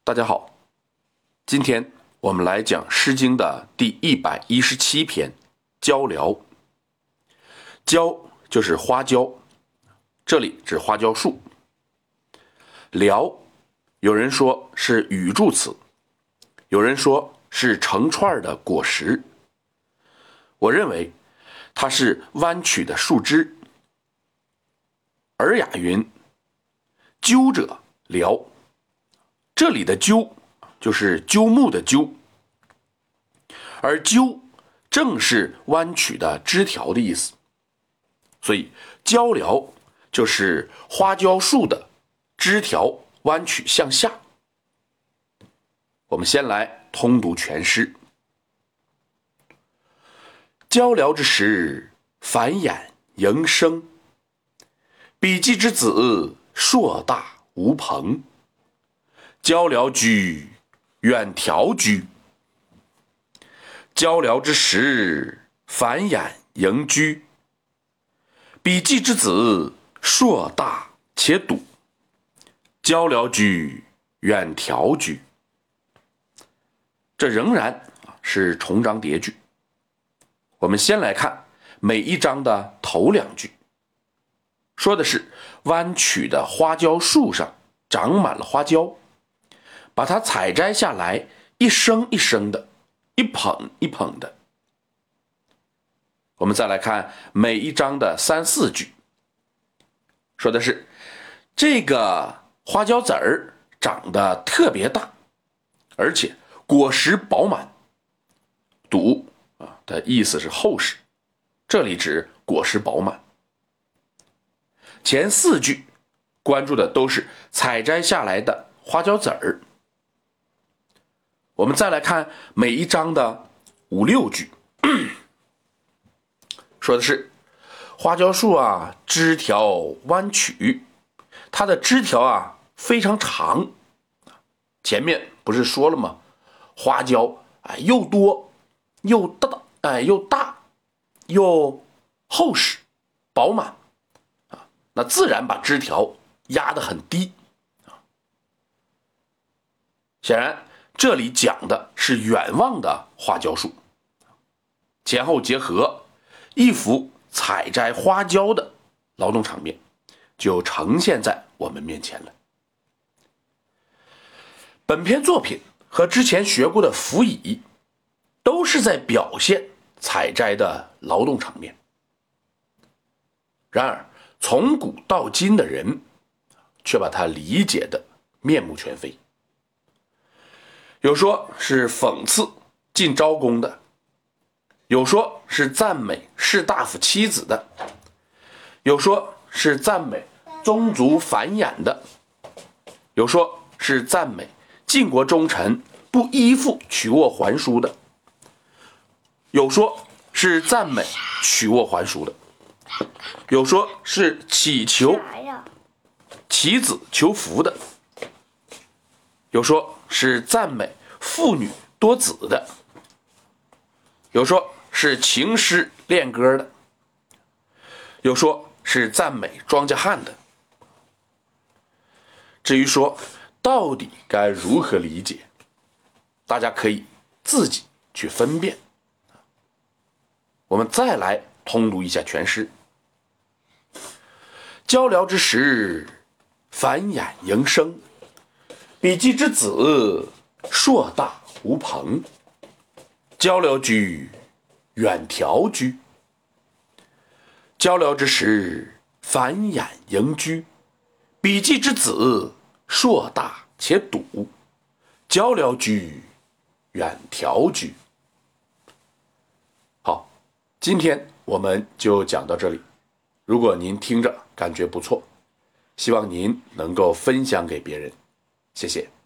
大家好，今天我们来讲《诗经》的第117篇《椒辽》。椒就是花椒，这里指花椒树。辽，有人说是语助词，有人说是成串的果实。我认为它是弯曲的树枝。尔雅云：鸠者辽。这里的鸠就是鸠木的鸠，而鸠正是弯曲的枝条的意思，所以椒辽就是花椒树的枝条弯曲向下。我们先来通读全诗。椒辽之时，繁衍盈生。比稷之子，硕大无朋。椒辽居，远迢居。椒辽之时，繁衍盈居。比稷之子，硕大且笃。椒辽居，远迢居。这仍然是重章叠句。我们先来看每一章的头两句，说的是弯曲的花椒树上长满了花椒，把它采摘下来，一升一升的，一捧一捧的。我们再来看每一章的3、4句，说的是这个花椒籽儿长得特别大，而且果实饱满。笃的意思是厚实，这里指果实饱满。前4句关注的都是采摘下来的花椒籽儿。我们再来看每一章的5、6句，说的是花椒树枝条弯曲，它的枝条非常长。前面不是说了吗？花椒又多又大又厚实饱满，那自然把枝条压得很低。显然这里讲的是远望的花椒树，前后结合，一幅采摘花椒的劳动场面就呈现在我们面前了。本篇作品和之前学过的《辅以》都是在表现采摘的劳动场面，然而从古到今的人却把它理解的面目全非。有说是讽刺晋昭公的，有说是赞美士大夫妻子的，有说是赞美宗族繁衍的，有说是赞美晋国忠臣不依附取握还书的，有说是赞美取握还书的，有说是祈求其子求福的，有说是赞美妇女多子的，有说是情诗恋歌的，有说是赞美庄稼汉的。至于说到底该如何理解，大家可以自己去分辨。我们再来通读一下全诗。椒辽之时，繁衍盈生。比稷之子，硕大无朋。椒辽居，远迢居。椒辽之时，繁衍盈居。比稷之子，硕大且笃。椒辽居，远迢居。好，今天我们就讲到这里。如果您听着感觉不错，希望您能够分享给别人。谢谢。